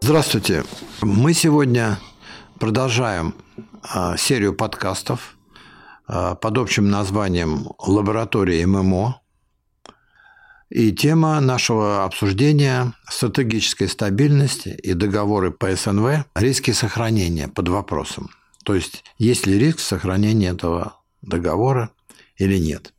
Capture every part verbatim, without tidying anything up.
Здравствуйте. Мы сегодня продолжаем а, серию подкастов а, под общим названием «Лаборатория ММО». И тема нашего обсуждения – стратегическая стабильность и договоры по эс эн вэ, риски сохранения под вопросом. То есть, есть ли риск сохранения этого договора или нет.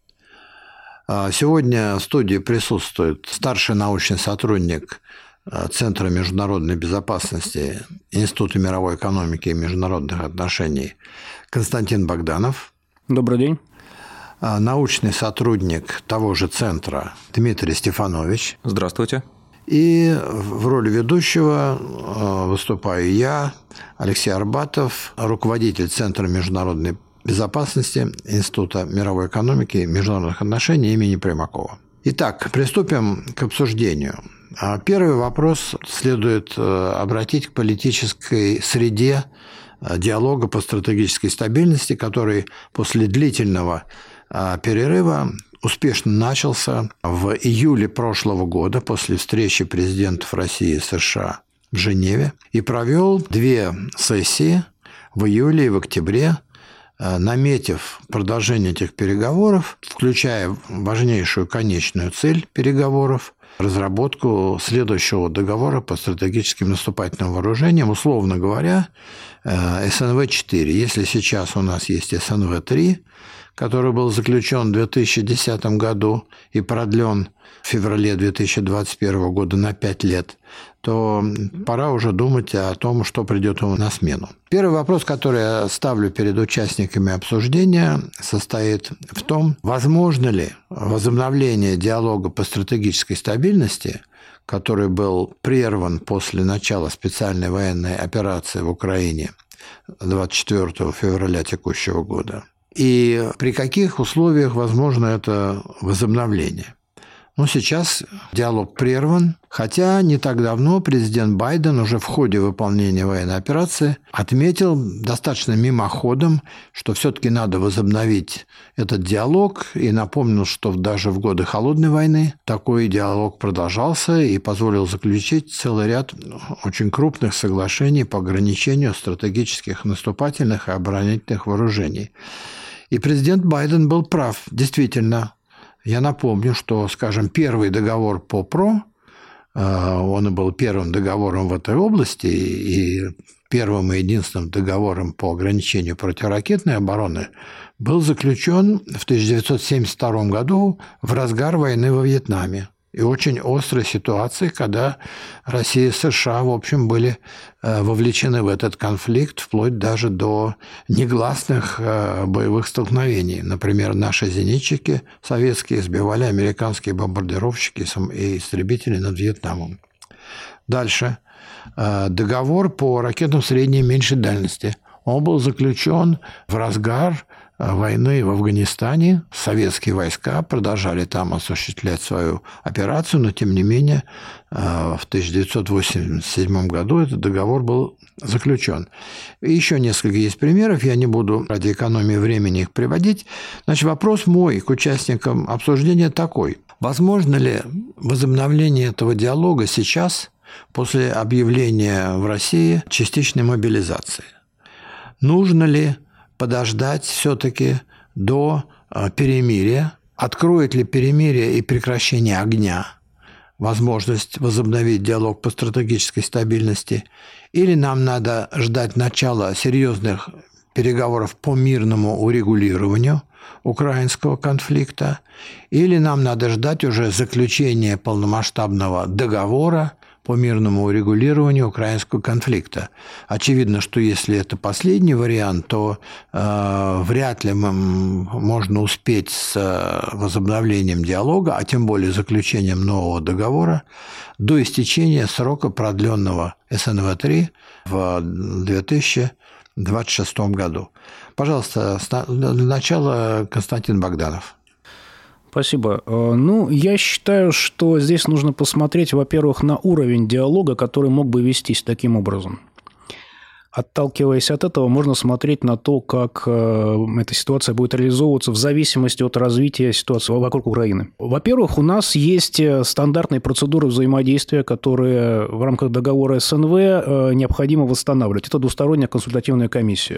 Сегодня в студии присутствует старший научный сотрудник Центра международной безопасности Института мировой экономики и международных отношений Константин Богданов. Добрый день. Научный сотрудник того же центра Дмитрий Стефанович. Здравствуйте. И в роли ведущего выступаю я, Алексей Арбатов, руководитель Центра международной безопасности Института мировой экономики и международных отношений имени Примакова. Итак, приступим к обсуждению. Первый вопрос следует обратить к политической среде диалога по стратегической стабильности, который после длительного перерыва успешно начался в июле прошлого года после встречи президентов России и США в Женеве и провел две сессии в июле и в октябре, наметив продолжение этих переговоров, включая важнейшую конечную цель переговоров – разработку следующего договора по стратегическим наступательным вооружениям, условно говоря, эс эн вэ четыре. Если сейчас у нас есть эс эн вэ три, который был заключен в две тысячи десятом году и продлен в феврале две тысячи двадцать первого года на пять лет, то пора уже думать о том, что придет ему на смену. Первый вопрос, который я ставлю перед участниками обсуждения, состоит в том, возможно ли возобновление диалога по стратегической стабильности, который был прерван после начала специальной военной операции в Украине двадцать четвёртого февраля текущего года. И при каких условиях возможно это возобновление? Ну, сейчас диалог прерван, хотя не так давно президент Байден уже в ходе выполнения военной операции отметил достаточно мимоходом, что все-таки надо возобновить этот диалог, и напомнил, что даже в годы Холодной войны такой диалог продолжался и позволил заключить целый ряд очень крупных соглашений по ограничению стратегических наступательных и оборонительных вооружений. И президент Байден был прав, действительно. Я напомню, что, скажем, первый договор по ПРО, он и был первым договором в этой области и первым и единственным договором по ограничению противоракетной обороны, был заключен в тысяча девятьсот семьдесят втором году в разгар войны во Вьетнаме. И очень острой ситуации, когда Россия и США, в общем, были вовлечены в этот конфликт вплоть даже до негласных боевых столкновений. Например, наши зенитчики советские сбивали американские бомбардировщики и истребители над Вьетнамом. Дальше. Договор по ракетам средней и меньшей дальности. Он был заключен в разгар войны в Афганистане. Советские войска продолжали там осуществлять свою операцию, но, тем не менее, в тысяча девятьсот восемьдесят седьмом году этот договор был заключен. И еще несколько есть примеров, я не буду ради экономии времени их приводить. Значит, вопрос мой к участникам обсуждения такой. Возможно ли возобновление этого диалога сейчас, после объявления в России частичной мобилизации? Нужно ли подождать все-таки до перемирия? Откроет ли перемирие и прекращение огня возможность возобновить диалог по стратегической стабильности? Или нам надо ждать начала серьезных переговоров по мирному урегулированию украинского конфликта? Или нам надо ждать уже заключения полномасштабного договора по мирному урегулированию украинского конфликта? Очевидно, что если это последний вариант, то э, вряд ли мы, можно успеть с э, возобновлением диалога, а тем более заключением нового договора, до истечения срока продленного эс эн вэ три в две тысячи двадцать шестом году. Пожалуйста, для начала Константин Богданов. Спасибо. Ну, я считаю, что здесь нужно посмотреть, во-первых, на уровень диалога, который мог бы вестись таким образом. Отталкиваясь от этого, можно смотреть на то, как эта ситуация будет реализовываться в зависимости от развития ситуации вокруг Украины. Во-первых, у нас есть стандартные процедуры взаимодействия, которые в рамках договора СНВ необходимо восстанавливать. Это двусторонняя консультативная комиссия.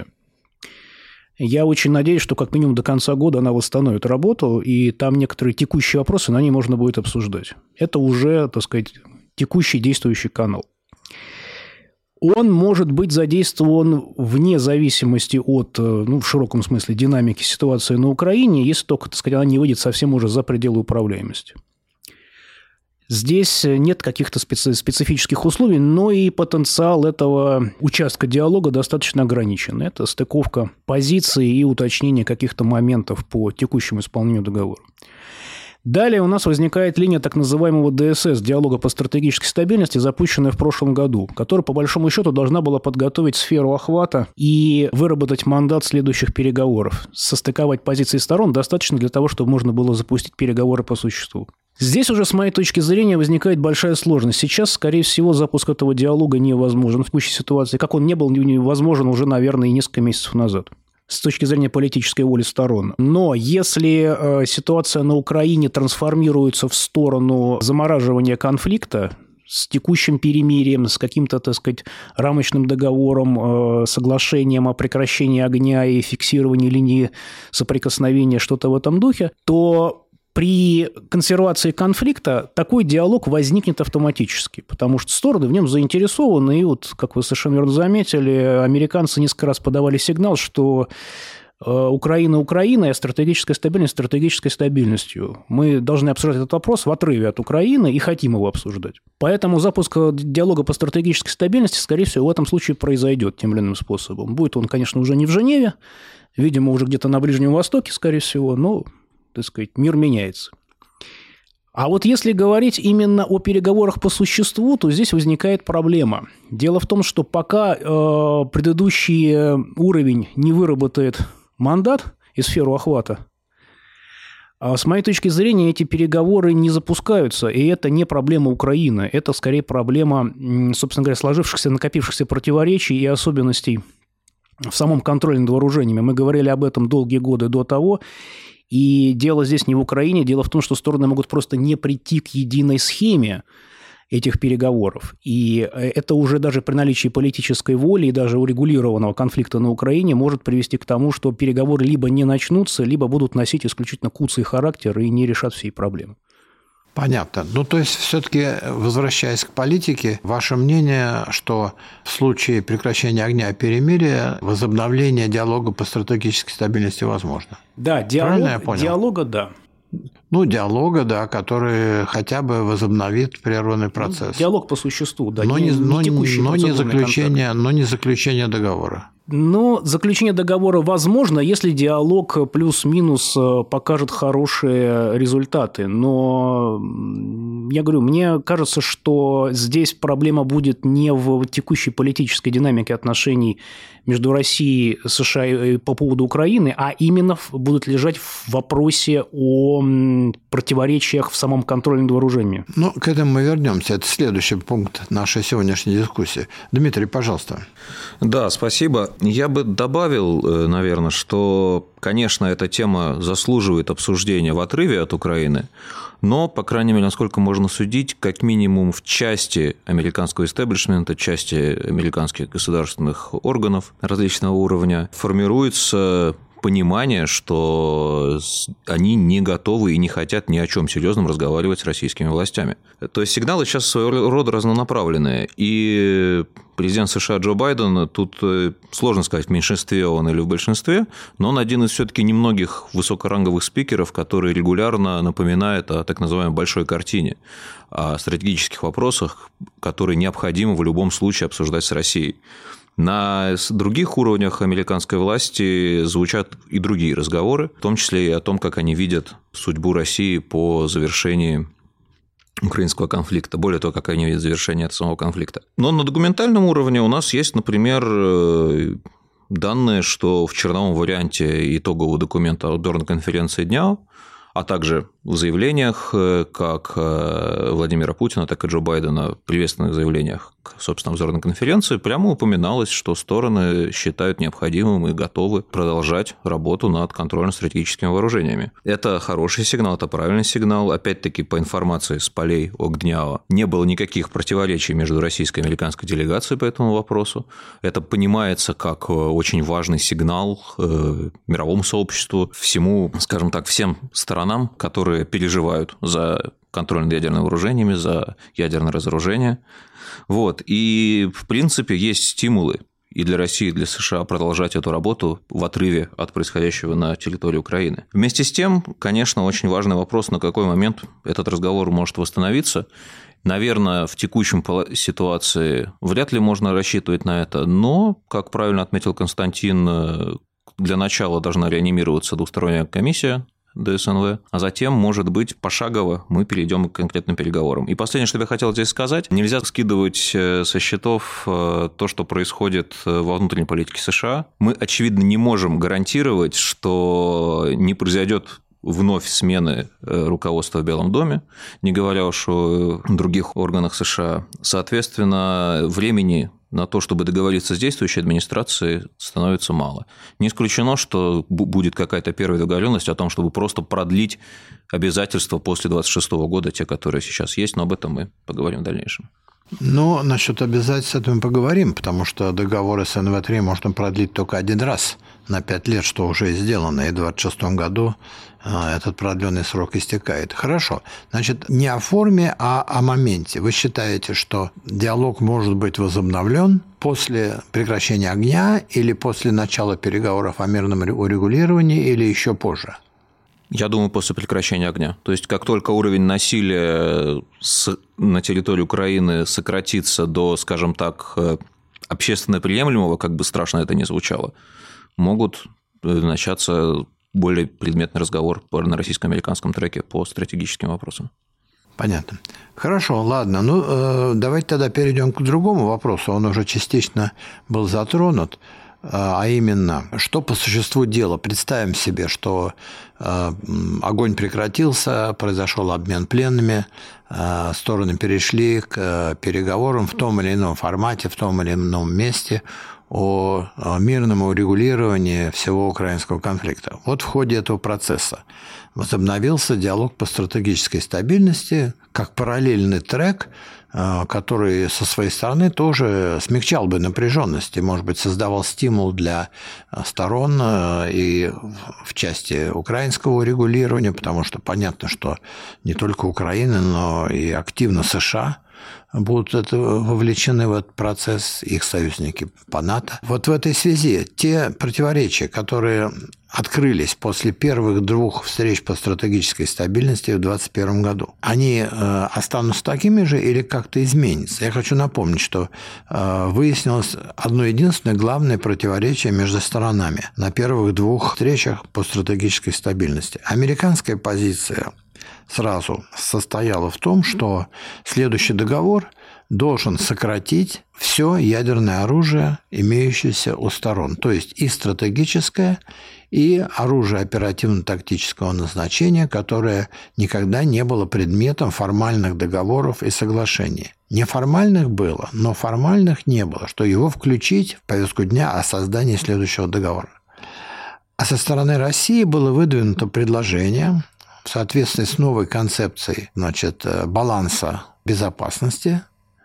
Я очень надеюсь, что как минимум до конца года она восстановит работу, и там некоторые текущие вопросы на ней можно будет обсуждать. Это уже, так сказать, текущий действующий канал. Он может быть задействован вне зависимости от, ну, в широком смысле, динамики ситуации на Украине, если только, так сказать, она не выйдет совсем уже за пределы управляемости. Здесь нет каких-то специ- специфических условий, но и потенциал этого участка диалога достаточно ограничен. Это стыковка позиций и уточнение каких-то моментов по текущему исполнению договора. Далее у нас возникает линия так называемого ДСС, диалога по стратегической стабильности, запущенная в прошлом году, которая, по большому счету, должна была подготовить сферу охвата и выработать мандат следующих переговоров. Состыковать позиции сторон достаточно для того, чтобы можно было запустить переговоры по существу. Здесь уже, с моей точки зрения, возникает большая сложность. Сейчас, скорее всего, запуск этого диалога невозможен в текущей ситуации, как он не был невозможен уже, наверное, и несколько месяцев назад, с точки зрения политической воли сторон. Но если э, ситуация на Украине трансформируется в сторону замораживания конфликта с текущим перемирием, с каким-то, так сказать, рамочным договором, э, соглашением о прекращении огня и фиксировании линии соприкосновения, что-то в этом духе, то при консервации конфликта такой диалог возникнет автоматически, потому что стороны в нем заинтересованы, и вот, как вы совершенно верно заметили, американцы несколько раз подавали сигнал, что Украина Украина, а стратегическая стабильность стратегической стабильностью. Мы должны обсуждать этот вопрос в отрыве от Украины и хотим его обсуждать. Поэтому запуск диалога по стратегической стабильности, скорее всего, в этом случае произойдет тем или иным способом. Будет он, конечно, уже не в Женеве, видимо, уже где-то на Ближнем Востоке, скорее всего, но, так сказать, мир меняется. А вот если говорить именно о переговорах по существу, то здесь возникает проблема. Дело в том, что пока э, предыдущий уровень не выработает мандат и сферу охвата, с моей точки зрения, эти переговоры не запускаются, и это не проблема Украины, это скорее проблема, собственно говоря, сложившихся, накопившихся противоречий и особенностей в самом контроле над вооружениями. Мы говорили об этом долгие годы до того. И дело здесь не в Украине, дело в том, что стороны могут просто не прийти к единой схеме этих переговоров. И это уже даже при наличии политической воли и даже урегулированного конфликта на Украине может привести к тому, что переговоры либо не начнутся, либо будут носить исключительно куцый характер и не решат всей проблемы. Понятно. Ну, то есть, все-таки, возвращаясь к политике, ваше мнение, что в случае прекращения огня и перемирия возобновление диалога по стратегической стабильности возможно? Да, диалог, диалога, да. Ну, диалога, да, который хотя бы возобновит прерванный процесс. Ну, диалог по существу, да, но не, не, не текущий но не заключение, но не заключение договора. Но заключение договора возможно, если диалог плюс-минус покажет хорошие результаты. Но я говорю, мне кажется, что здесь проблема будет не в текущей политической динамике отношений между Россией, США по поводу Украины, а именно будут лежать в вопросе о противоречиях в самом контроле над вооружениями. Ну, к этому мы вернемся. Это следующий пункт нашей сегодняшней дискуссии. Дмитрий, пожалуйста. Да, спасибо. Я бы добавил, наверное, что, конечно, эта тема заслуживает обсуждения в отрыве от Украины, но, по крайней мере, насколько можно судить, как минимум в части американского истеблишмента, части американских государственных органов различного уровня формируется понимание, что они не готовы и не хотят ни о чем серьезном разговаривать с российскими властями. То есть сигналы сейчас своего рода разнонаправленные. И президент США Джо Байден, тут сложно сказать, в меньшинстве он или в большинстве, но он один из все-таки немногих высокоранговых спикеров, который регулярно напоминает о так называемой большой картине, о стратегических вопросах, которые необходимо в любом случае обсуждать с Россией. На других уровнях американской власти звучат и другие разговоры, в том числе и о том, как они видят судьбу России по завершении украинского конфликта, более того, как они видят завершение этого самого конфликта. Но на документальном уровне у нас есть, например, данные, что в черновом варианте итогового документа аудиторной конференции дня а также в заявлениях как Владимира Путина, так и Джо Байдена, приветственных заявлениях к, собственно, обзорной конференции, прямо упоминалось, что стороны считают необходимым и готовы продолжать работу над контрольно-стратегическими вооружениями. Это хороший сигнал, это правильный сигнал. Опять-таки, по информации с полей Огдняо, не было никаких противоречий между российской и американской делегацией по этому вопросу. Это понимается как очень важный сигнал мировому сообществу, всему, скажем так, всем сторонам, которые переживают за контроль над ядерными вооружениями, за ядерное разоружение. Вот. И, в принципе, есть стимулы и для России, и для США продолжать эту работу в отрыве от происходящего на территории Украины. Вместе с тем, конечно, очень важный вопрос, на какой момент этот разговор может восстановиться. Наверное, в текущем ситуации вряд ли можно рассчитывать на это, но, как правильно отметил Константин, для начала должна реанимироваться двусторонняя комиссия ДСНВ, а затем, может быть, пошагово мы перейдем к конкретным переговорам. И последнее, что я хотел здесь сказать, нельзя скидывать со счетов то, что происходит во внутренней политике США. Мы, очевидно, не можем гарантировать, что не произойдет вновь смены руководства в Белом доме, не говоря уж о других органах США. Соответственно, времени на то, чтобы договориться с действующей администрацией, становится мало. Не исключено, что будет какая-то первая договоренность о том, чтобы просто продлить обязательства после двадцать шестого года, те, которые сейчас есть, но об этом мы поговорим в дальнейшем. Ну, насчет обязательств с этим поговорим, потому что договор эс эн вэ три можно продлить только один раз на пять лет, что уже сделано, и в двадцать шестом году этот продленный срок истекает. Хорошо. Значит, не о форме, а о моменте. Вы считаете, что диалог может быть возобновлен после прекращения огня или после начала переговоров о мирном урегулировании или еще позже? Я думаю, после прекращения огня. То есть, как только уровень насилия на территории Украины сократится до, скажем так, общественно приемлемого, как бы страшно это ни звучало, могут начаться более предметный разговор на российско-американском треке по стратегическим вопросам. Понятно. Хорошо, ладно. Ну, давайте тогда перейдем к другому вопросу. Он уже частично был затронут. А именно, что по существу дела? Представим себе, что огонь прекратился, произошел обмен пленными, стороны перешли к переговорам в том или ином формате, в том или ином месте о мирном урегулировании всего украинского конфликта. Вот в ходе этого процесса возобновился диалог по стратегической стабильности как параллельный трек, который со своей стороны тоже смягчал бы напряженность и, может быть, создавал стимул для сторон и в части украинского урегулирования, потому что понятно, что не только Украина, но и активно США будут это вовлечены в этот процесс, их союзники по НАТО. Вот в этой связи те противоречия, которые открылись после первых двух встреч по стратегической стабильности в двадцать первом году, они останутся такими же или как-то изменятся? Я хочу напомнить, что выяснилось одно единственное главное противоречие между сторонами на первых двух встречах по стратегической стабильности. Американская позиция сразу состояла в том, что следующий договор должен сократить все ядерное оружие, имеющееся у сторон, то есть и стратегическое, и оружие оперативно-тактического назначения, которое никогда не было предметом формальных договоров и соглашений. Неформальных было, но формальных не было, что его включить в повестку дня о создании следующего договора. А со стороны России было выдвинуто предложение в соответствии с новой концепцией, значит, баланса безопасности,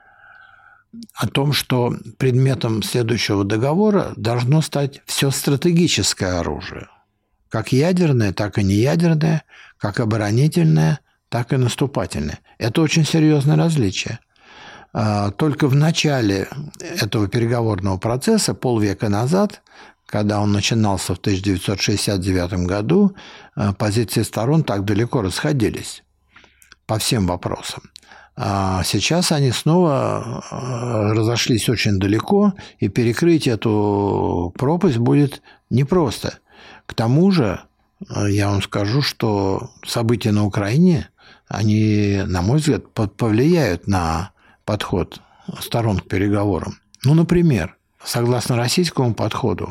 о том, что предметом следующего договора должно стать все стратегическое оружие, как ядерное, так и неядерное, как оборонительное, так и наступательное. Это очень серьезное различие. Только в начале этого переговорного процесса, полвека назад, когда он начинался в тысяча девятьсот шестьдесят девятом году, позиции сторон так далеко расходились по всем вопросам. А сейчас они снова разошлись очень далеко, и перекрыть эту пропасть будет непросто. К тому же, я вам скажу, что события на Украине, они, на мой взгляд, повлияют на подход сторон к переговорам. Ну, например, согласно российскому подходу,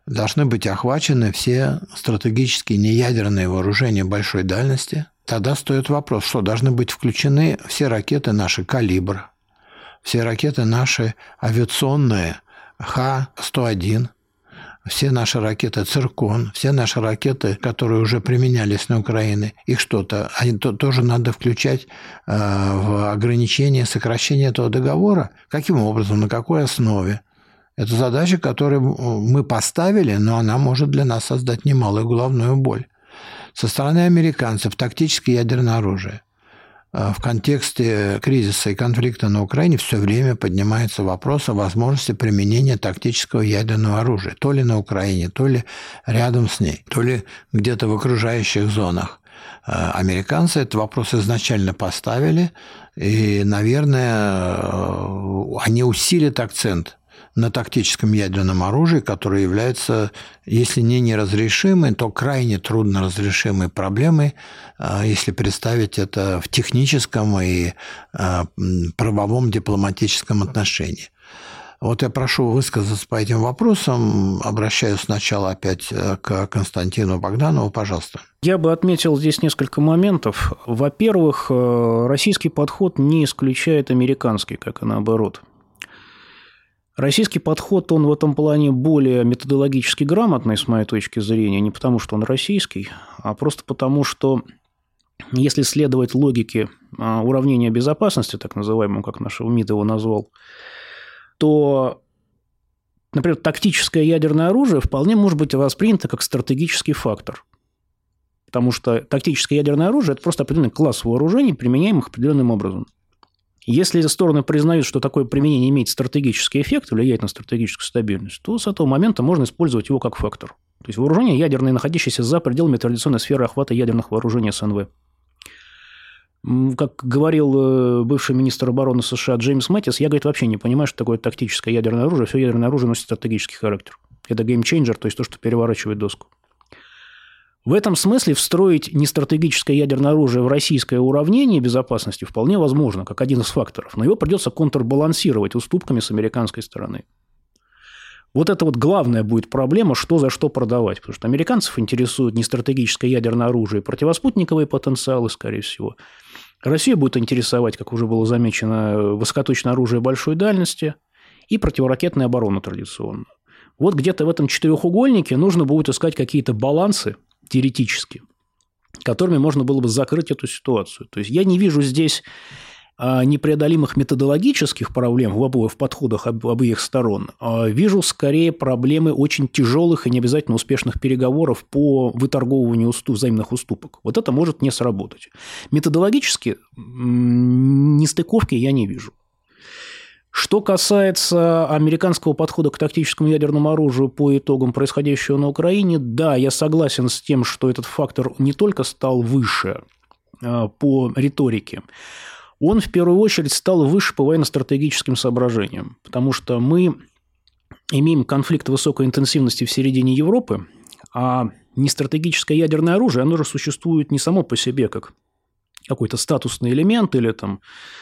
должны быть охвачены все стратегические неядерные вооружения большой дальности. Тогда стоит вопрос, что должны быть включены все ракеты наши «Калибр», все ракеты наши авиационные Х сто один, все наши ракеты «Циркон», все наши ракеты, которые уже применялись на Украине, их что-то, они то, тоже надо включать э, в ограничение, сокращение этого договора. Каким образом, на какой основе? Это задача, которую мы поставили, но она может для нас создать немалую головную боль. Со стороны американцев тактическое ядерное оружие. В контексте кризиса и конфликта на Украине все время поднимается вопрос о возможности применения тактического ядерного оружия. То ли на Украине, то ли рядом с ней, то ли где-то в окружающих зонах. Американцы этот вопрос изначально поставили, и, наверное, они усилят акцент на тактическом ядерном оружии, которое является, если не неразрешимой, то крайне трудно разрешимой проблемой, если представить это в техническом и правовом дипломатическом отношении. Вот я прошу высказаться по этим вопросам. Обращаюсь сначала опять к Константину Богданову. Пожалуйста. Я бы отметил здесь несколько моментов. Во-первых, российский подход не исключает американский, как и наоборот. Российский подход, он в этом плане более методологически грамотный, с моей точки зрения, не потому, что он российский, а просто потому, что если следовать логике уравнения безопасности, так называемому, как наш МИД его назвал, то, например, тактическое ядерное оружие вполне может быть воспринято как стратегический фактор. Потому что тактическое ядерное оружие – это просто определенный класс вооружений, применяемых определенным образом. Если стороны признают, что такое применение имеет стратегический эффект, влияет на стратегическую стабильность, то с этого момента можно использовать его как фактор. То есть вооружения ядерные, находящиеся за пределами традиционной сферы охвата ядерных вооружений СНВ. Как говорил бывший министр обороны США Джеймс Мэттис, я, говорит, вообще не понимаю, что такое тактическое ядерное оружие. Все ядерное оружие носит стратегический характер. Это геймчейнджер, то есть то, что переворачивает доску. В этом смысле встроить нестратегическое ядерное оружие в российское уравнение безопасности вполне возможно, как один из факторов, но его придется контрбалансировать уступками с американской стороны. Вот это вот главная будет проблема, что за что продавать, потому что американцев интересует нестратегическое ядерное оружие и противоспутниковые потенциалы, скорее всего. Россию будет интересовать, как уже было замечено, высокоточное оружие большой дальности и противоракетная оборона традиционно. Вот где-то в этом четырехугольнике нужно будет искать какие-то балансы, теоретически, которыми можно было бы закрыть эту ситуацию. То есть я не вижу здесь непреодолимых методологических проблем в обоих подходах обеих сторон, а вижу скорее проблемы очень тяжелых и не обязательно успешных переговоров по выторговыванию уступ, взаимных уступок. Вот это может не сработать. Методологически нестыковки я не вижу. Что касается американского подхода к тактическому ядерному оружию по итогам происходящего на Украине, да, я согласен с тем, что этот фактор не только стал выше по риторике, он в первую очередь стал выше по военно-стратегическим соображениям, потому что мы имеем конфликт высокой интенсивности в середине Европы, а нестратегическое ядерное оружие, оно же существует не само по себе, как какой-то статусный элемент или там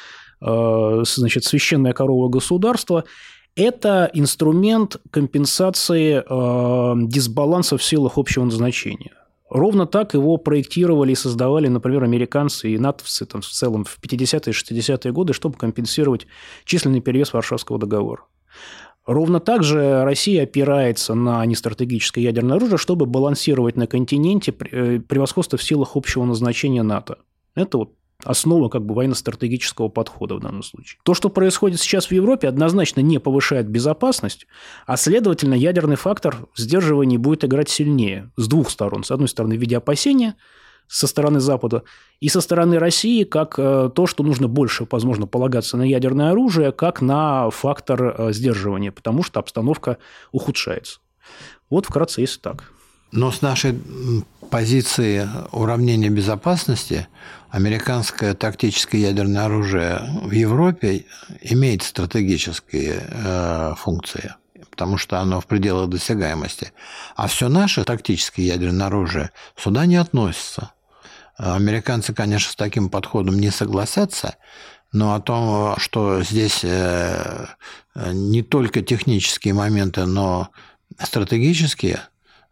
значит, священная корова государства, это инструмент компенсации э, дисбаланса в силах общего назначения. Ровно так его проектировали и создавали, например, американцы и натовцы там, в целом в пятидесятые и шестидесятые годы, чтобы компенсировать численный перевес Варшавского договора. Ровно так же Россия опирается на нестратегическое ядерное оружие, чтобы балансировать на континенте превосходство в силах общего назначения НАТО. Это вот основа как бы военно-стратегического подхода в данном случае. То, что происходит сейчас в Европе, однозначно не повышает безопасность, а, следовательно, ядерный фактор сдерживания будет играть сильнее с двух сторон. С одной стороны, в виде опасения со стороны Запада, и со стороны России, как то, что нужно больше, возможно, полагаться на ядерное оружие, как на фактор сдерживания, потому что обстановка ухудшается. Вот вкратце, если так. Но с нашей позиции уравнения безопасности американское тактическое ядерное оружие в Европе имеет стратегические э, функции, потому что оно в пределах досягаемости. А все наше тактическое ядерное оружие сюда не относится. Американцы, конечно, с таким подходом не согласятся, но о том, что здесь э, не только технические моменты, но стратегические,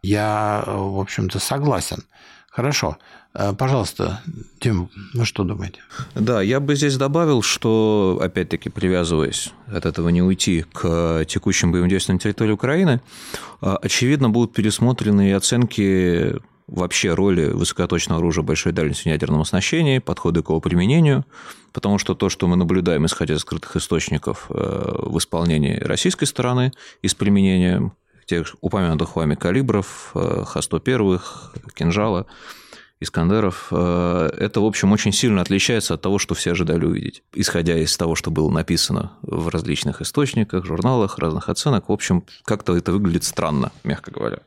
я, в общем-то, согласен. Хорошо. Пожалуйста, Тим, вы что думаете? Да, я бы здесь добавил, что, опять-таки, привязываясь от этого не уйти к текущим боевым действиям на территории Украины, очевидно, будут пересмотрены и оценки вообще роли высокоточного оружия большой дальности в ядерном оснащении, подходы к его применению, потому что то, что мы наблюдаем, исходя из скрытых источников в исполнении российской стороны и с применением тех упомянутых вами калибров, Х сто один, кинжала, Искандеров, это, в общем, очень сильно отличается от того, что все ожидали увидеть. Исходя из того, что было написано в различных источниках, журналах, разных оценок, в общем, как-то это выглядит странно, мягко говоря.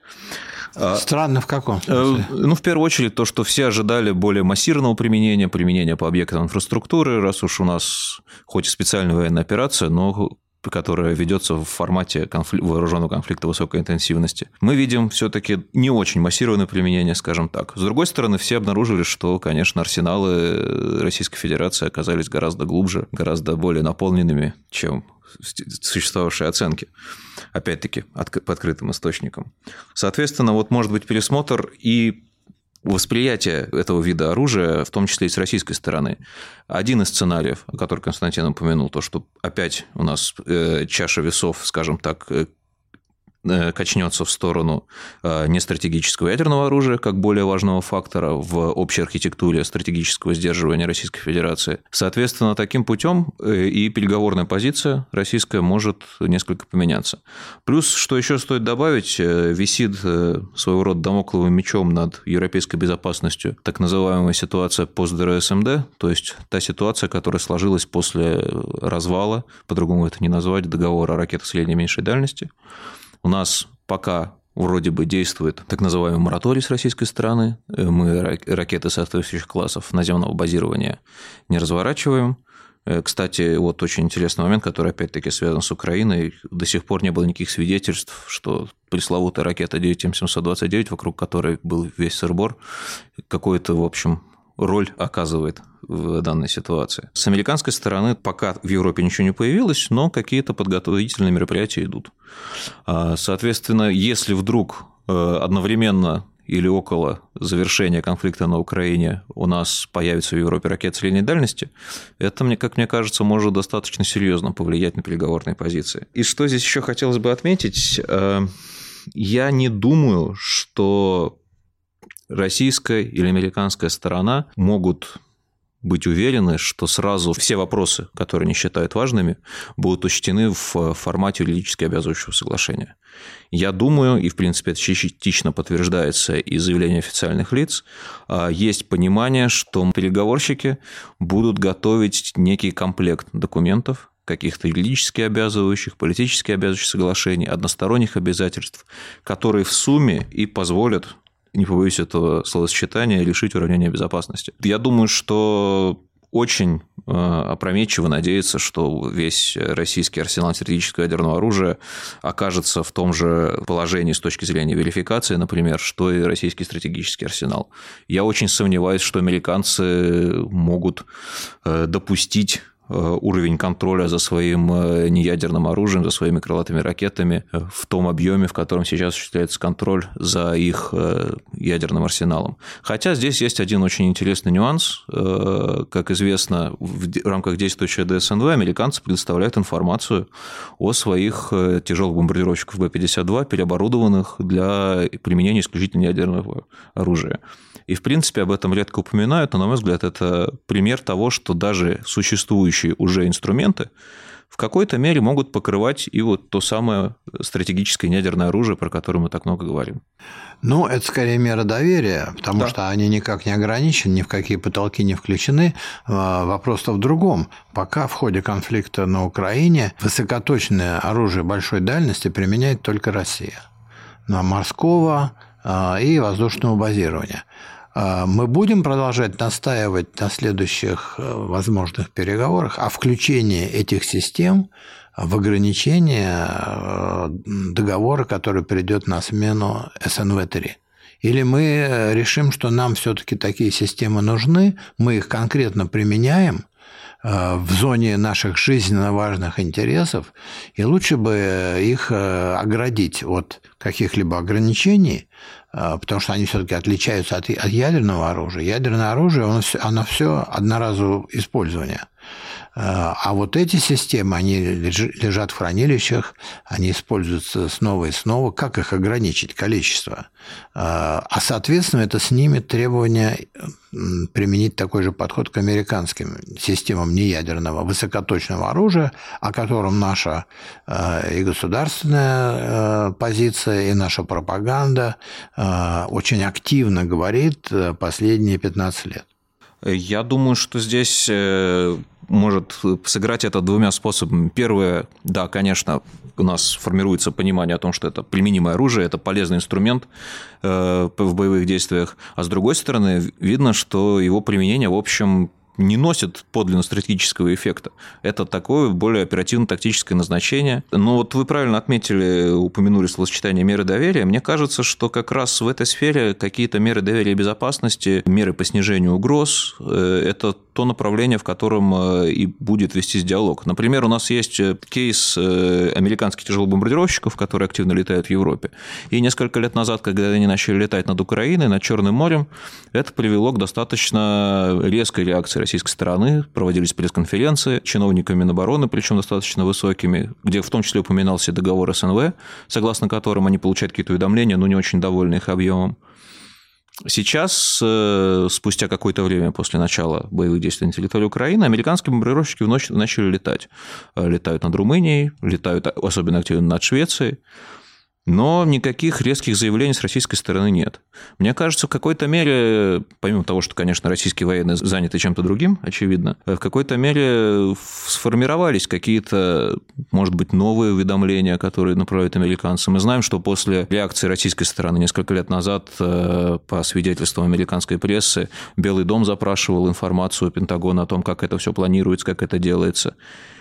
Странно в каком смысле? Ну, в первую очередь, то, что все ожидали более массированного применения, применения по объектам инфраструктуры, раз уж у нас хоть и специальная военная операция, но которая ведется в формате конфликта, вооруженного конфликта высокой интенсивности, мы видим все-таки не очень массированное применение, скажем так. С другой стороны, все обнаружили, что, конечно, арсеналы Российской Федерации оказались гораздо глубже, гораздо более наполненными, чем существовавшие оценки, опять-таки, по открытым источникам. Соответственно, вот может быть пересмотр и восприятие этого вида оружия, в том числе и с российской стороны. Один из сценариев, который Константин упомянул, то, что опять у нас чаша весов, скажем так, качнется в сторону нестратегического ядерного оружия как более важного фактора в общей архитектуре стратегического сдерживания Российской Федерации. Соответственно, таким путем и переговорная позиция российская может несколько поменяться. Плюс, что еще стоит добавить, висит своего рода дамокловым мечом над европейской безопасностью так называемая ситуация пост-ДРСМД, то есть та ситуация, которая сложилась после развала, по-другому это не назвать, договора о ракетах средней и меньшей дальности. У нас пока вроде бы действует так называемый мораторий с российской стороны. Мы ракеты соответствующих классов наземного базирования не разворачиваем. Кстати, вот очень интересный момент, который опять-таки связан с Украиной. До сих пор не было никаких свидетельств, что пресловутая ракета девять эм семьсот двадцать девять, вокруг которой был весь сыр-бор, какой-то, в общем, роль оказывает в данной ситуации. С американской стороны пока в Европе ничего не появилось, но какие-то подготовительные мероприятия идут. Соответственно, если вдруг одновременно или около завершения конфликта на Украине у нас появится в Европе ракеты средней дальности, это, мне, как мне кажется, может достаточно серьезно повлиять на переговорные позиции. И что здесь еще хотелось бы отметить, я не думаю, что российская или американская сторона могут быть уверены, что сразу все вопросы, которые они считают важными, будут учтены в формате юридически обязывающего соглашения. Я думаю, и в принципе это частично подтверждается из заявлений официальных лиц, есть понимание, что переговорщики будут готовить некий комплект документов, каких-то юридически обязывающих, политически обязывающих соглашений, односторонних обязательств, которые в сумме и позволят, не побоюсь этого словосочетания, лишить уравнения безопасности. Я думаю, что очень опрометчиво надеяться, что весь российский арсенал стратегического ядерного оружия окажется в том же положении с точки зрения верификации, например, что и российский стратегический арсенал. Я очень сомневаюсь, что американцы могут допустить уровень контроля за своим неядерным оружием, за своими крылатыми ракетами в том объеме, в котором сейчас осуществляется контроль за их ядерным арсеналом. Хотя здесь есть один очень интересный нюанс. Как известно, в рамках действующего ДСНВ американцы предоставляют информацию о своих тяжелых бомбардировщиках Бэ пятьдесят два, переоборудованных для применения исключительно ядерного оружия. И, в принципе, об этом редко упоминают, но, на мой взгляд, это пример того, что даже существующие уже инструменты в какой-то мере могут покрывать и вот то самое стратегическое ядерное оружие, про которое мы так много говорим. Ну, это скорее мера доверия, потому да. что они никак не ограничены, ни в какие потолки не включены. Вопрос-то в другом. Пока в ходе конфликта на Украине высокоточное оружие большой дальности применяет только Россия. На морского и воздушного базирования. Мы будем продолжать настаивать на следующих возможных переговорах о включении этих систем в ограничение договора, который придет на смену Эс Эн вэ три. Или мы решим, что нам все-таки такие системы нужны, мы их конкретно применяем, в зоне наших жизненно важных интересов, и лучше бы их оградить от каких-либо ограничений, потому что они все-таки отличаются от, от ядерного оружия. Ядерное оружие, оно все, оно все одноразового использования. А вот эти системы, они лежат в хранилищах, они используются снова и снова. Как их ограничить? Количество. А, соответственно, это снимет требования применить такой же подход к американским системам неядерного высокоточного оружия, о котором наша и государственная позиция, и наша пропаганда очень активно говорит последние пятнадцать лет. Я думаю, что здесь может сыграть это двумя способами. Первое, да, конечно, у нас формируется понимание о том, что это применимое оружие, это полезный инструмент в боевых действиях, а с другой стороны, видно, что его применение, в общем, не носит подлинно стратегического эффекта. Это такое более оперативно-тактическое назначение. Но вот вы правильно отметили, упомянули словосочетание меры доверия. Мне кажется, что как раз в этой сфере какие-то меры доверия и безопасности, меры по снижению угроз – это то направление, в котором и будет вестись диалог. Например, у нас есть кейс американских тяжелых бомбардировщиков, которые активно летают в Европе. И несколько лет назад, когда они начали летать над Украиной, над Черным морем, это привело к достаточно резкой реакции российской стороны. Проводились пресс-конференции чиновниками Минобороны, причем достаточно высокими, где в том числе упоминался договор СНВ, согласно которым они получают какие-то уведомления, но не очень довольны их объемом. Сейчас, спустя какое-то время после начала боевых действий на территории Украины, американские бомбардировщики вновь начали летать. Летают над Румынией, летают особенно активно над Швецией. Но никаких резких заявлений с российской стороны нет. Мне кажется, в какой-то мере, помимо того, что, конечно, российские военные заняты чем-то другим, очевидно, в какой-то мере сформировались какие-то, может быть, новые уведомления, которые направляют американцы. Мы знаем, что после реакции российской стороны несколько лет назад, по свидетельствам американской прессы, Белый дом запрашивал информацию Пентагона о том, как это все планируется, как это делается.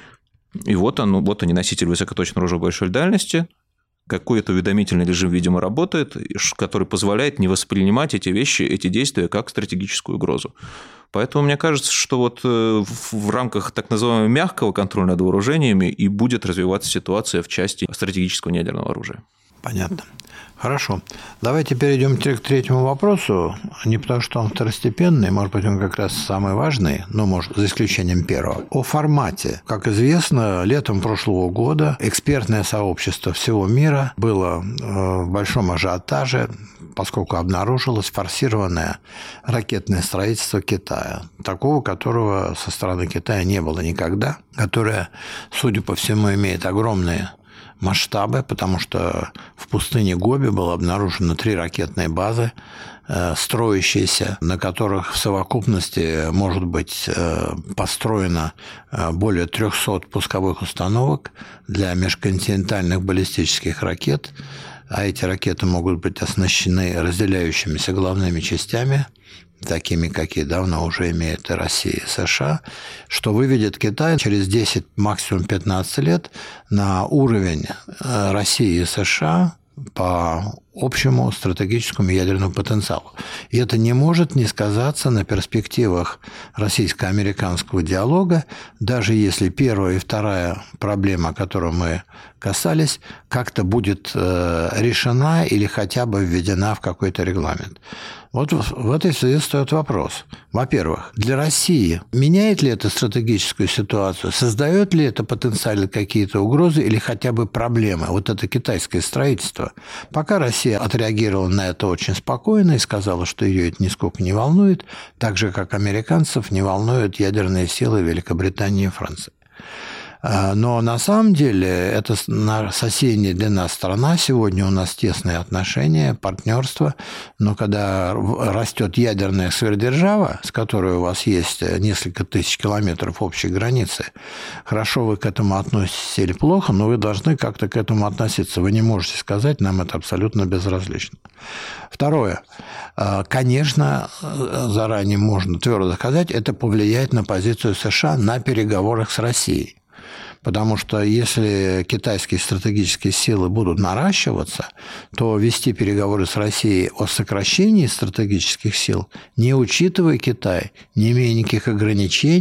И вот, он, вот они, носитель высокоточного оружия большой дальности. Какой-то уведомительный режим, видимо, работает, который позволяет не воспринимать эти вещи, эти действия как стратегическую угрозу. Поэтому мне кажется, что вот в рамках так называемого мягкого контроля над вооружениями и будет развиваться ситуация в части стратегического неядерного оружия. Понятно. Хорошо. Давайте перейдем к третьему вопросу. Не потому, что он второстепенный, может быть, он как раз самый важный, но, может, за исключением первого. О формате. Как известно, летом прошлого года экспертное сообщество всего мира было в большом ажиотаже, поскольку обнаружилось форсированное ракетное строительство Китая, такого, которого со стороны Китая не было никогда, которое, судя по всему, имеет огромные масштабы, потому что в пустыне Гоби было обнаружено три ракетные базы, строящиеся, на которых в совокупности может быть построено более трехсот пусковых установок для межконтинентальных баллистических ракет, а эти ракеты могут быть оснащены разделяющимися головными частями, такими, какие давно уже имеют и Россия, и США, что выведет Китай через десять, максимум пятнадцать лет на уровень России и США по общему стратегическому ядерному потенциалу. И это не может не сказаться на перспективах российско-американского диалога, даже если первая и вторая проблема, о которой мы касались, как-то будет решена или хотя бы введена в какой-то регламент. Вот в этой связи стоит вопрос. Во-первых, для России меняет ли это стратегическую ситуацию? Создает ли это потенциально какие-то угрозы или хотя бы проблемы? Вот это китайское строительство. Пока Россия отреагировала на это очень спокойно и сказала, что ее это нисколько не волнует, так же, как американцев не волнуют ядерные силы Великобритании и Франции. Но на самом деле это соседняя для нас страна. Сегодня у нас тесные отношения, партнерство. Но когда растет ядерная сверхдержава, с которой у вас есть несколько тысяч километров общей границы, хорошо вы к этому относитесь или плохо, но вы должны как-то к этому относиться. Вы не можете сказать, нам это абсолютно безразлично. Второе. Конечно, заранее можно твердо сказать, это повлияет на позицию США на переговорах с Россией. Потому что если китайские стратегические силы будут наращиваться, то вести переговоры с Россией о сокращении стратегических сил, не учитывая Китай, не имея никаких ограничений,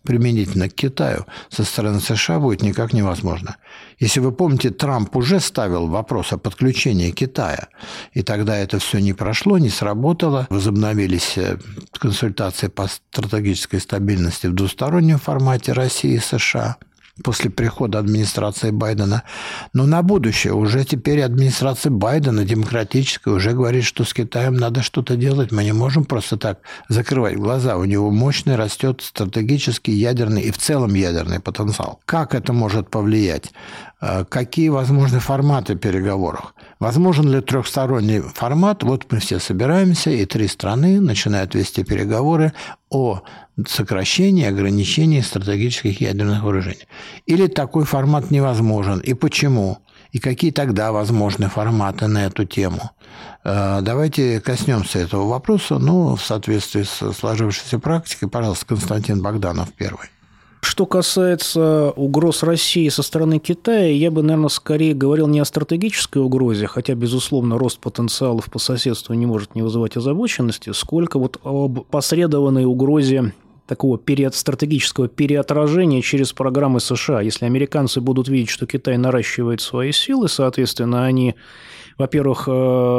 применительно к Китаю со стороны США будет никак невозможно. Если вы помните, Трамп уже ставил вопрос о подключении Китая, и тогда это все не прошло, не сработало. Возобновились консультации по стратегической стабильности в двустороннем формате России и США после прихода администрации Байдена. Но на будущее уже теперь администрация Байдена, демократическая, уже говорит, что с Китаем надо что-то делать. Мы не можем просто так закрывать глаза. У него мощный растет стратегический ядерный и в целом ядерный потенциал. Как это может повлиять? Какие возможны форматы переговоров? Возможен ли трехсторонний формат? Вот мы все собираемся, и три страны начинают вести переговоры о сокращении, ограничении стратегических ядерных вооружений. Или такой формат невозможен? И почему? И какие тогда возможны форматы на эту тему? Давайте коснемся этого вопроса, ну, в соответствии с сложившейся практикой. Пожалуйста, Константин Богданов первый. Что касается угроз России со стороны Китая, я бы, наверное, скорее говорил не о стратегической угрозе, хотя, безусловно, рост потенциалов по соседству не может не вызывать озабоченности, сколько вот об посредованной угрозе такого пере... стратегического переотражения через программы США. Если американцы будут видеть, что Китай наращивает свои силы, соответственно, они, во-первых,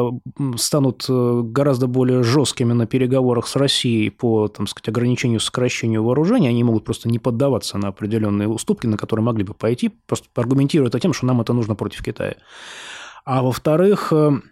станут гораздо более жесткими на переговорах с Россией по, там сказать, ограничению, сокращению вооружений, они могут просто не поддаваться на определенные уступки, на которые могли бы пойти, просто аргументируя это тем, что нам это нужно против Китая. А во-вторых,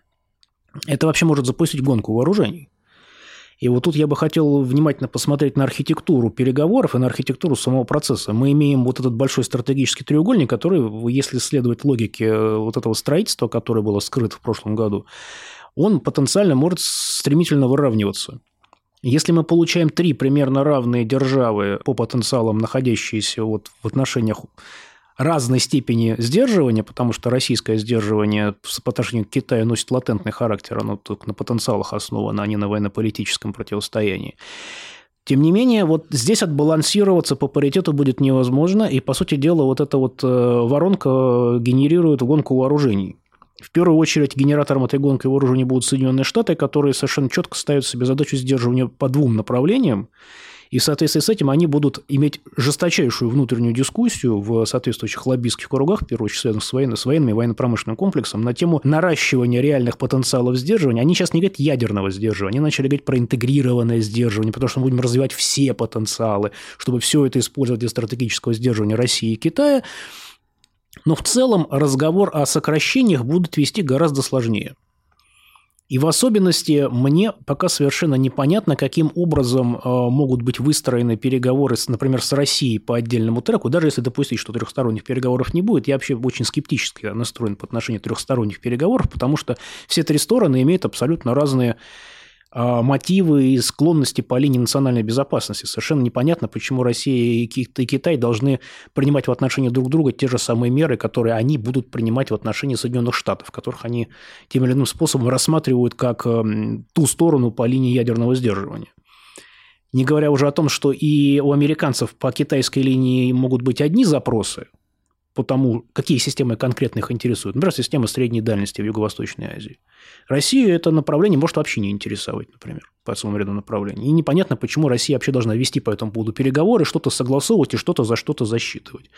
это вообще может запустить гонку вооружений. И вот тут я бы хотел внимательно посмотреть на архитектуру переговоров и на архитектуру самого процесса. Мы имеем вот этот большой стратегический треугольник, который, если следовать логике вот этого строительства, которое было скрыто в прошлом году, он потенциально может стремительно выравниваться. Если мы получаем три примерно равные державы по потенциалам, находящиеся вот в отношениях разной степени сдерживания, потому что российское сдерживание по отношению к Китаю носит латентный характер, оно только на потенциалах основано, а не на военно-политическом противостоянии. Тем не менее, вот здесь отбалансироваться по паритету будет невозможно, и, по сути дела, вот эта вот воронка генерирует гонку вооружений. В первую очередь генератором этой гонки вооружений будут Соединенные Штаты, которые совершенно четко ставят себе задачу сдерживания по двум направлениям. И в соответствии с этим они будут иметь жесточайшую внутреннюю дискуссию в соответствующих лоббистских кругах, в первую очередь связанных с, военно- с военным и военно-промышленным комплексом, на тему наращивания реальных потенциалов сдерживания. Они сейчас не говорят ядерного сдерживания, они начали говорить про интегрированное сдерживание, потому что мы будем развивать все потенциалы, чтобы все это использовать для стратегического сдерживания России и Китая. Но в целом разговор о сокращениях будут вести гораздо сложнее. И в особенности мне пока совершенно непонятно, каким образом могут быть выстроены переговоры, например, с Россией по отдельному треку. Даже если допустить, что трехсторонних переговоров не будет, я вообще очень скептически настроен по отношению к трехсторонних переговоров, потому что все три стороны имеют абсолютно разные мотивы и склонности по линии национальной безопасности. Совершенно непонятно, почему Россия и Китай должны принимать в отношении друг друга те же самые меры, которые они будут принимать в отношении Соединенных Штатов, которых они тем или иным способом рассматривают как ту сторону по линии ядерного сдерживания. Не говоря уже о том, что и у американцев по китайской линии могут быть одни запросы по тому, какие системы конкретно их интересуют. Например, система средней дальности в Юго-Восточной Азии. Россию это направление может вообще не интересовать, например, по целому ряду направлений. И непонятно, почему Россия вообще должна вести по этому поводу переговоры, что-то согласовывать и что-то за что-то засчитывать.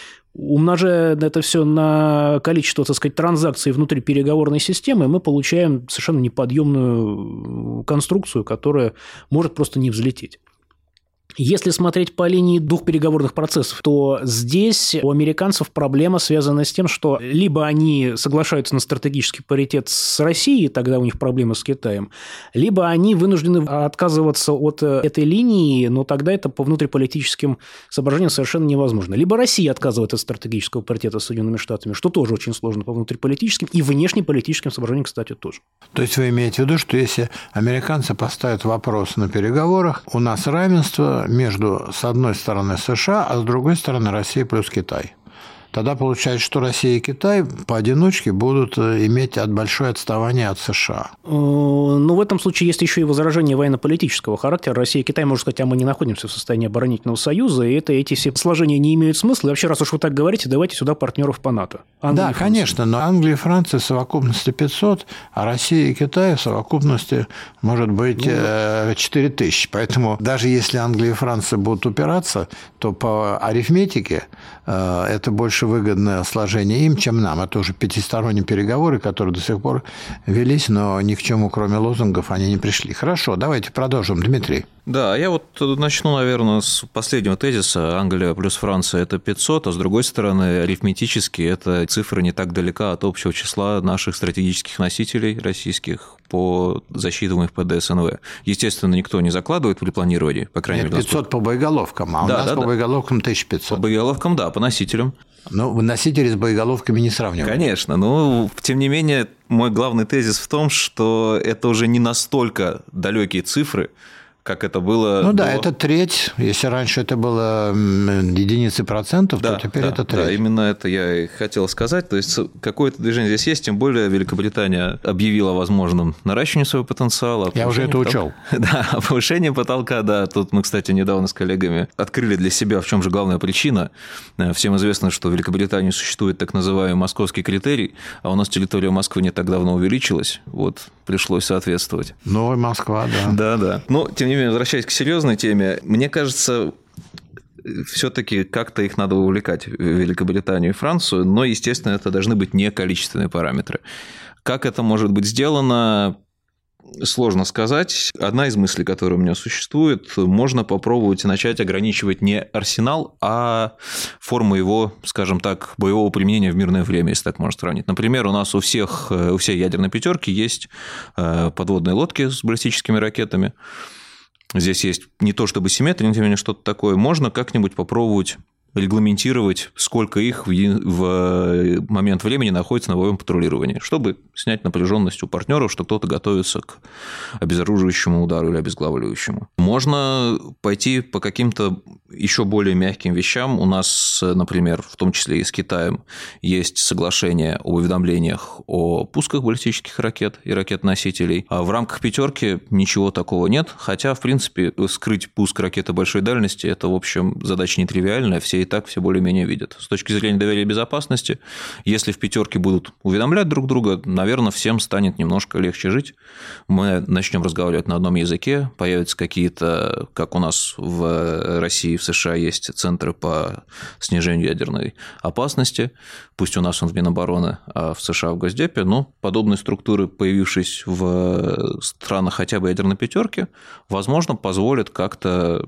Умножая это все на количество, так сказать, транзакций внутри переговорной системы, мы получаем совершенно неподъемную конструкцию, которая может просто не взлететь. Если смотреть по линии двух переговорных процессов, то здесь у американцев проблема связана с тем, что либо они соглашаются на стратегический паритет с Россией, тогда у них проблемы с Китаем, либо они вынуждены отказываться от этой линии, но тогда это по внутриполитическим соображениям совершенно невозможно. Либо Россия отказывает от стратегического паритета с Соединенными Штатами, что тоже очень сложно по внутриполитическим и внешнеполитическим соображениям, кстати, тоже. То есть вы имеете в виду, что если американцы поставят вопрос на переговорах, у нас равенство между, с одной стороны, США, а с другой стороны, Россия плюс Китай. тогда получается, что Россия и Китай поодиночке будут иметь большое отставание от США. Ну, в этом случае есть еще и возражение военно-политического характера. Россия и Китай, можно сказать, а мы не находимся в состоянии оборонительного союза, и это, эти все сложения не имеют смысла. И вообще, раз уж вы так говорите, давайте сюда партнеров по НАТО. Англия, да, конечно, но Англия и Франция в совокупности пятьсот, а Россия и Китай в совокупности может быть ну, четыре тысячи. Поэтому даже если Англия и Франция будут упираться, то по арифметике это больше выгодное сложение им, чем нам. Это уже пятисторонние переговоры, которые до сих пор велись, но ни к чему, кроме лозунгов, они не пришли. Хорошо, давайте продолжим. Дмитрий. Да, я вот начну, наверное, с последнего тезиса. Англия плюс Франция – это пятьсот, а с другой стороны, арифметически эта цифра не так далека от общего числа наших стратегических носителей российских по засчитываемых по ДС эн вэ. Естественно, никто не закладывает при планировании, по крайней Нет, мере. пятьсот по боеголовкам, а у да, нас да, по да. боеголовкам тысяча пятьсот. По боеголовкам, да, по носителям. Ну, носители с боеголовками не сравниваем. Конечно, но тем не менее, мой главный тезис в том, что это уже не настолько далекие цифры, как это было. Ну до... да, это треть. Если раньше это было единицы процентов, да, то теперь да, это треть. Да, именно это я и хотел сказать. То есть какое-то движение здесь есть, тем более Великобритания объявила о возможном наращивании своего потенциала. Я уже это потолка. учел. Да, повышение потолка, да. Тут мы, кстати, недавно с коллегами открыли для себя, в чем же главная причина. Всем известно, что в Великобритании существует так называемый московский критерий, а у нас территория Москвы не так давно увеличилась. Вот, пришлось соответствовать. Новая Москва, да. Да, да. Но, тем не менее, возвращаясь к серьезной теме, мне кажется, все-таки как-то их надо увлекать, Великобританию и Францию, но, естественно, это должны быть не количественные параметры. Как это может быть сделано, сложно сказать. Одна из мыслей, которая у меня существует, можно попробовать начать ограничивать не арсенал, а форму его, скажем так, боевого применения в мирное время, если так можно сравнить. Например, у нас у всех, у всей ядерной пятерки есть подводные лодки с баллистическими ракетами. Здесь есть не то чтобы симметрия, но тем не менее что-то такое. Можно как-нибудь попробовать регламентировать, сколько их в момент времени находится на боевом патрулировании, чтобы снять напряженность у партнеров, что кто-то готовится к обезоруживающему удару или обезглавливающему. Можно пойти по каким-то еще более мягким вещам. У нас, например, в том числе и с Китаем, есть соглашение об уведомлениях о пусках баллистических ракет и ракет-носителей. А в рамках пятерки ничего такого нет, хотя, в принципе, скрыть пуск ракеты большой дальности – это, в общем, задача нетривиальная, все и так все более-менее видят. С точки зрения доверия и безопасности, если в пятерке будут уведомлять друг друга, наверное, всем станет немножко легче жить. Мы начнем разговаривать на одном языке, появятся какие-то, как у нас в России, в США есть центры по снижению ядерной опасности, пусть у нас он в Минобороны, а в США в Госдепе, но подобные структуры, появившись в странах хотя бы ядерной пятерки, возможно, позволят как-то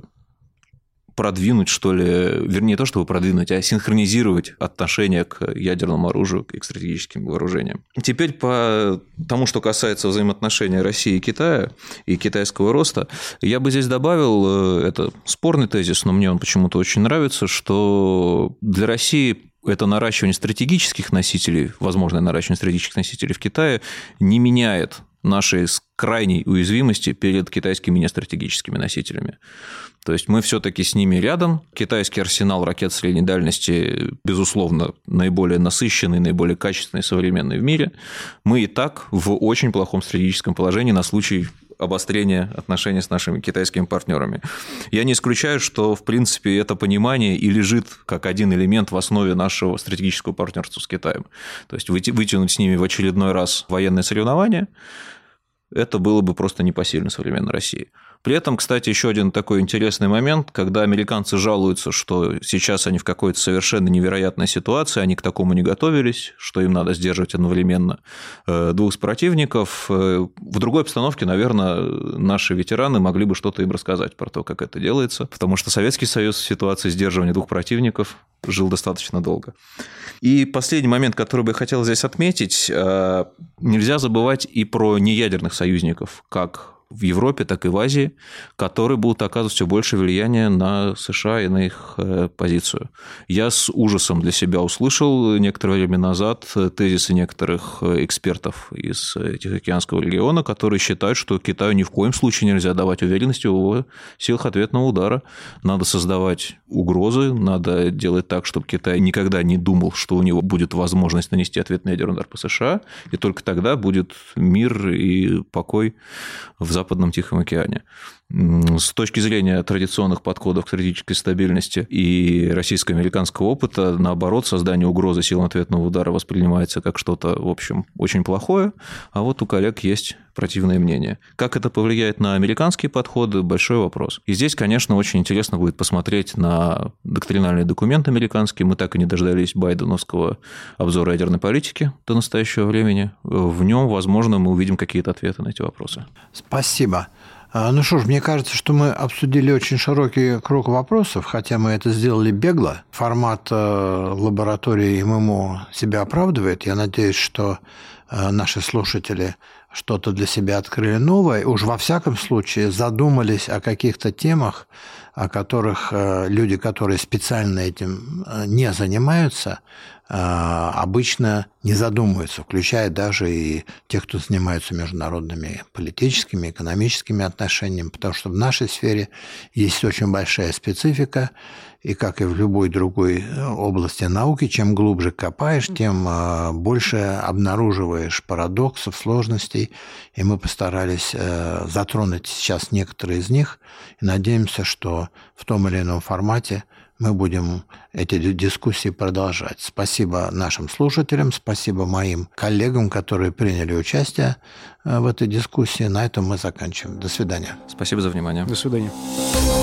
продвинуть, что ли, вернее, не то, чтобы продвинуть, а синхронизировать отношение к ядерному оружию и к стратегическим вооружениям. Теперь по тому, что касается взаимоотношений России и Китая и китайского роста, я бы здесь добавил, это спорный тезис, но мне он почему-то очень нравится, что для России это наращивание стратегических носителей, возможное наращивание стратегических носителей в Китае не меняет нашей крайней уязвимости перед китайскими нестратегическими носителями. То есть мы все-таки с ними рядом. Китайский арсенал ракет средней дальности, безусловно, наиболее насыщенный, наиболее качественный, современный в мире. Мы и так в очень плохом стратегическом положении на случай обострения отношений с нашими китайскими партнерами. Я не исключаю, что, в принципе, это понимание и лежит как один элемент в основе нашего стратегического партнерства с Китаем. То есть вытянуть с ними в очередной раз военные соревнования – это было бы просто непосильно современной России. При этом, кстати, еще один такой интересный момент, когда американцы жалуются, что сейчас они в какой-то совершенно невероятной ситуации, они к такому не готовились, что им надо сдерживать одновременно двух противников. В другой обстановке, наверное, наши ветераны могли бы что-то им рассказать про то, как это делается, потому что Советский Союз в ситуации сдерживания двух противников жил достаточно долго. И последний момент, который бы я хотел здесь отметить, нельзя забывать и про неядерных союзников, как в Европе, так и в Азии, которые будут оказывать все больше влияния на США и на их позицию. Я с ужасом для себя услышал некоторое время назад тезисы некоторых экспертов из Тихоокеанского региона, которые считают, что Китаю ни в коем случае нельзя давать уверенности в его силах ответного удара. Надо создавать угрозы, надо делать так, чтобы Китай никогда не думал, что у него будет возможность нанести ответный ядерный удар по США, и только тогда будет мир и покой в Западном Тихом океане. С точки зрения традиционных подходов к стратегической стабильности и российско-американского опыта, наоборот, создание угрозы силам ответного удара воспринимается как что-то, в общем, очень плохое, а вот у коллег есть противное мнение. Как это повлияет на американские подходы – большой вопрос. И здесь, конечно, очень интересно будет посмотреть на доктринальный документ американский. Мы так и не дождались байденовского обзора ядерной политики до настоящего времени. В нем, возможно, мы увидим какие-то ответы на эти вопросы. Спасибо. Ну что ж, мне кажется, что мы обсудили очень широкий круг вопросов, хотя мы это сделали бегло. Формат лаборатории эм эм о себя оправдывает. Я надеюсь, что наши слушатели что-то для себя открыли новое, уж во всяком случае задумались о каких-то темах, о которых люди, которые специально этим не занимаются, обычно не задумываются, включая даже и тех, кто занимается международными политическими, экономическими отношениями, потому что в нашей сфере есть очень большая специфика, и как и в любой другой области науки, чем глубже копаешь, тем больше обнаруживаешь парадоксов, сложностей, и мы постарались затронуть сейчас некоторые из них, и надеемся, что в том или ином формате мы будем эти дискуссии продолжать. Спасибо нашим слушателям, спасибо моим коллегам, которые приняли участие в этой дискуссии. На этом мы заканчиваем. До свидания. Спасибо за внимание. До свидания.